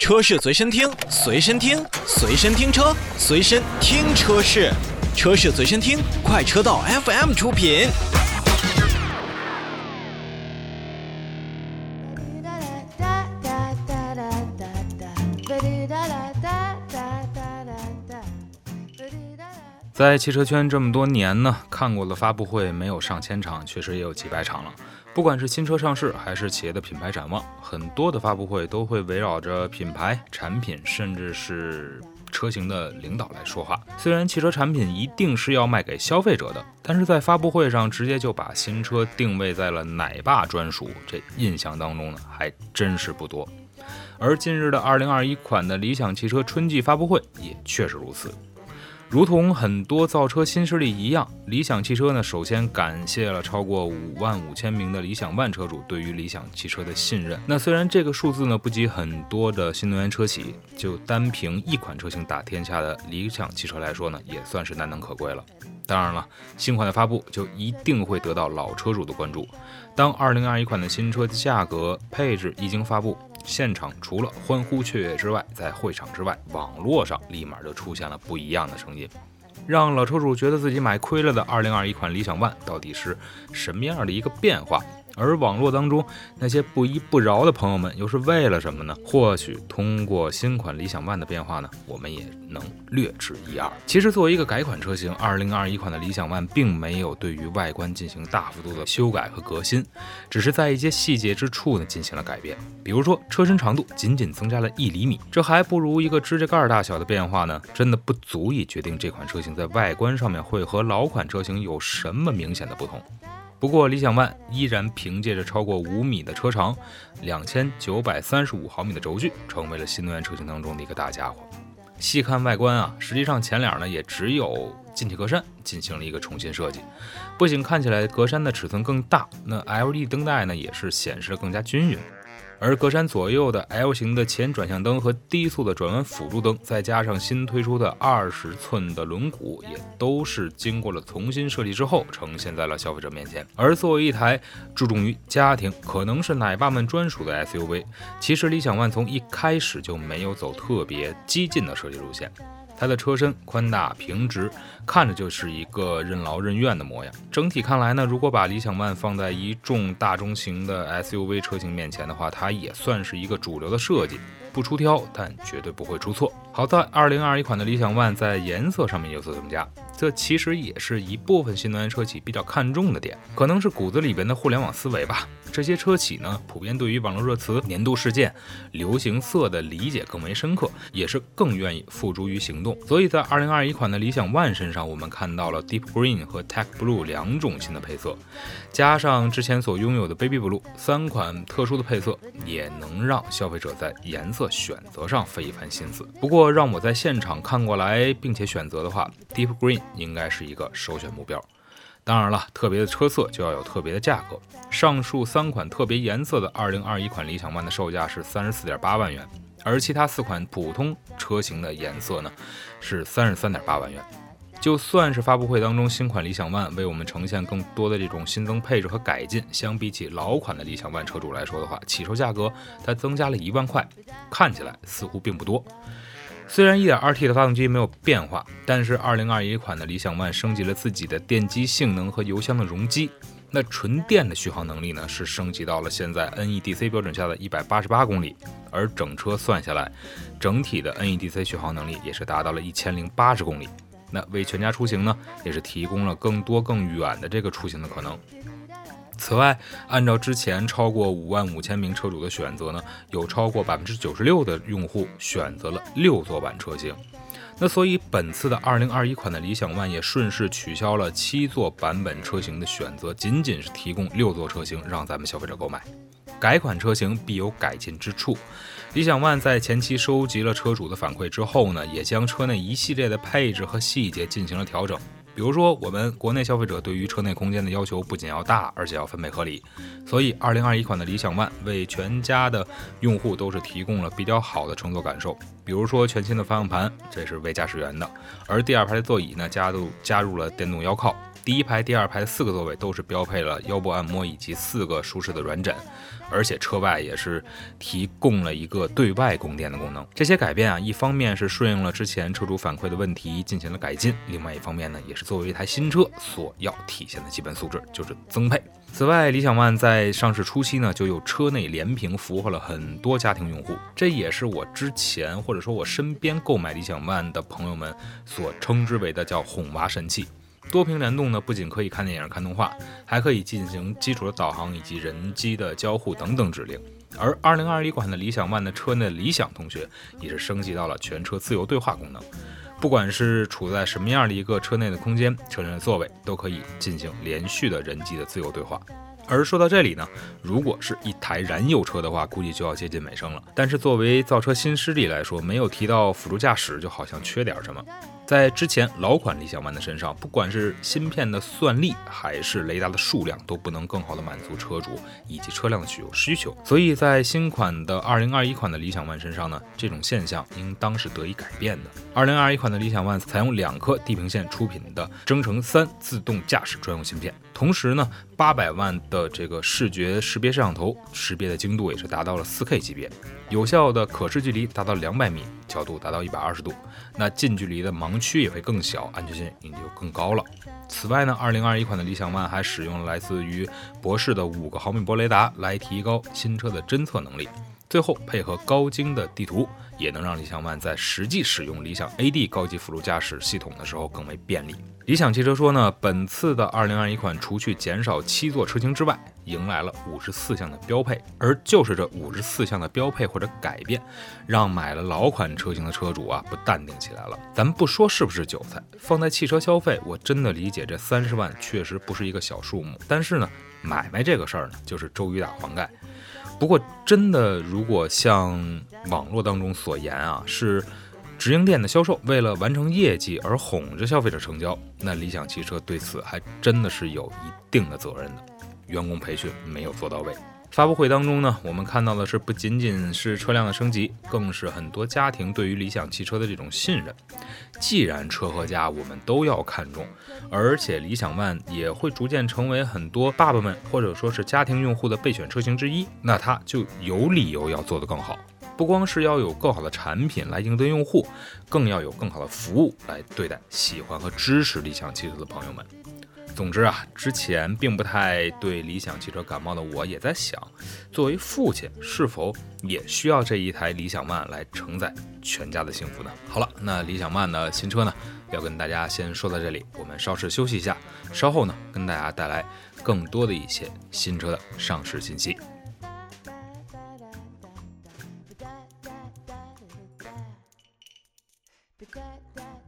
车市随身听，随身听，随身听车，随身听车市，车市随身听，快车道 FM 出品。 在汽车圈这么多年呢，看过的发布会没有上千场，确实也有几百场了。不管是新车上市还是企业的品牌展望，很多的发布会都会围绕着品牌、产品，甚至是车型的领导来说话。虽然汽车产品一定是要卖给消费者的，但是在发布会上直接就把新车定位在了奶爸专属，这印象当中呢还真是不多。而近日的2021款的理想汽车春季发布会也确实如此。如同很多造车新势力一样，理想汽车呢，首先感谢了超过55000名的理想ONE车主对于理想汽车的信任。那虽然这个数字呢不及很多的新能源车企，就单凭一款车型打天下的理想汽车来说呢，也算是难能可贵了。当然了，新款的发布就一定会得到老车主的关注。当2021款的新车的价格、配置一经发布，现场除了欢呼雀跃之外，在会场之外，网络上立马就出现了不一样的声音，让老车主觉得自己买亏了的2021款理想ONE到底是什么样的一个变化。而网络当中那些不依不饶的朋友们又是为了什么呢？或许通过新款理想ONE的变化呢，我们也能略知一二。其实作为一个改款车型，2021款的理想ONE并没有对于外观进行大幅度的修改和革新，只是在一些细节之处呢进行了改变。比如说车身长度仅仅增加了1厘米，这还不如一个指甲盖大小的变化呢，真的不足以决定这款车型在外观上面会和老款车型有什么明显的不同。不过理想ONE依然凭借着超过5米的车长、2935毫米的轴距，成为了新能源车型当中的一个大家伙。细看外观啊，实际上前脸呢也只有进气格栅进行了一个重新设计，不仅看起来格栅的尺寸更大，那 LED 灯带呢也是显示的更加均匀。而格栅左右的 L 型的前转向灯和低速的转弯辅助灯，再加上新推出的20寸的轮毂，也都是经过了重新设计之后呈现在了消费者面前。而作为一台注重于家庭，可能是奶爸们专属的 SUV， 其实理想ONE从一开始就没有走特别激进的设计路线。它的车身宽大平直，看着就是一个任劳任怨的模样。整体看来呢，如果把理想ONE放在一众大中型的 SUV 车型面前的话，它也算是一个主流的设计，不出挑，但绝对不会出错。好在2021款的理想ONE在颜色上面有所增加，这其实也是一部分新能源车企比较看重的点，可能是骨子里边的互联网思维吧。这些车企呢，普遍对于网络热词、年度事件、流行色的理解更为深刻，也是更愿意付诸于行动。所以在2021款的理想ONE身上，我们看到了 Deep Green 和 Tech Blue 2种新的配色，加上之前所拥有的 Baby Blue 3款特殊的配色，也能让消费者在颜色选择上费一番心思。不过让我在现场看过来并且选择的话， Deep Green 应该是一个首选目标。当然了，特别的车色就要有特别的价格。上述3款特别颜色的2021款理想ONE的售价是 34.8 万元，而其他4款普通车型的颜色呢是 33.8 万元。就算是发布会当中新款理想ONE为我们呈现更多的这种新增配置和改进，相比起老款的理想ONE车主来说的话，起售价格它增加了1万块，看起来似乎并不多。虽然 1.2T 的发动机没有变化，但是2021款的理想ONE升级了自己的电机性能和油箱的容积。那纯电的续航能力呢，是升级到了现在 NEDC 标准下的188公里，而整车算下来，整体的 NEDC 续航能力也是达到了1080公里。那为全家出行呢，也是提供了更多更远的这个出行的可能。此外，按照之前超过55000名车主的选择呢，有超过 96% 的用户选择了6座版车型。那所以本次的2021款的理想ONE也顺势取消了7座版本车型的选择，仅仅是提供6座车型让咱们消费者购买。改款车型必有改进之处，理想ONE在前期收集了车主的反馈之后呢，也将车内一系列的配置和细节进行了调整。 比如说，我们国内消费者对于车内空间的要求不仅要大，而且要分配合理。所以2021款的理想ONE为全家的用户都是提供了比较好的乘坐感受。比如说全新的方向盘，这是为驾驶员的，而第二排的座椅呢加入了电动腰靠。第一排、第二排的4个座位都是标配了腰部按摩以及4个舒适的软枕，而且车外也是提供了一个对外供电的功能。这些改变啊，一方面是顺应了之前车主反馈的问题进行了改进，另外一方面呢，也是作为一台新车所要体现的基本素质，就是增配。此外，理想ONE在上市初期呢，就有车内连屏俘获了很多家庭用户，这也是我之前或者说我身边购买理想ONE的朋友们所称之为的叫哄娃神器。多屏联动呢，不仅可以看电影、看动画，还可以进行基础的导航以及人机的交互等等指令。而2021款的理想ONE的车内的理想同学也是升级到了全车自由对话功能，不管是处在什么样的一个车内的空间、车内的座位，都可以进行连续的人机的自由对话。而说到这里呢，如果是一台燃油车的话，估计就要接近尾声了。但是作为造车新势力来说，没有提到辅助驾驶，就好像缺点什么。在之前老款理想ONE的身上，不管是芯片的算力还是雷达的数量，都不能更好的满足车主以及车辆的需求。所以在新款的2021款的理想ONE身上呢，这种现象应当是得以改变的。2021款的理想ONE采用2颗地平线出品的征程3自动驾驶专用芯片，同时呢，800万的这个视觉识别摄像头，识别的精度也是达到了 4K 级别，有效的可视距离达到200米，角度达到120度，那近距离的盲区也会更小，安全性也就更高了。此外呢，2021款的理想ONE还使用了来自于博世的5个毫米波雷达来提高新车的侦测能力，最后配合高精的地图，也能让理想ONE在实际使用理想 AD 高级辅助驾驶系统的时候更为便利。理想汽车说呢，本次的2021款除去减少7座车型之外，迎来了54项的标配，而就是这54项的标配或者改变，让买了老款车型的车主啊不淡定起来了。咱们不说是不是韭菜，放在汽车消费，我真的理解这30万确实不是一个小数目，但是呢，买卖这个事儿呢，就是周瑜打黄盖。不过真的，如果像网络当中所言啊，是直营店的销售为了完成业绩而哄着消费者成交，那理想汽车对此还真的是有一定的责任的。员工培训没有做到位。发布会当中呢，我们看到的是不仅仅是车辆的升级，更是很多家庭对于理想汽车的这种信任。既然车和家我们都要看重，而且理想ONE也会逐渐成为很多爸爸们或者说是家庭用户的备选车型之一，那它就有理由要做得更好。不光是要有更好的产品来应对用户，更要有更好的服务来对待喜欢和支持理想汽车的朋友们。总之啊，之前并不太对理想汽车感冒的我也在想，作为父亲是否也需要这一台理想ONE来承载全家的幸福呢？好了，那理想ONE的新车呢，要跟大家先说到这里，我们稍事休息一下，稍后呢跟大家带来更多的一些新车的上市信息。 That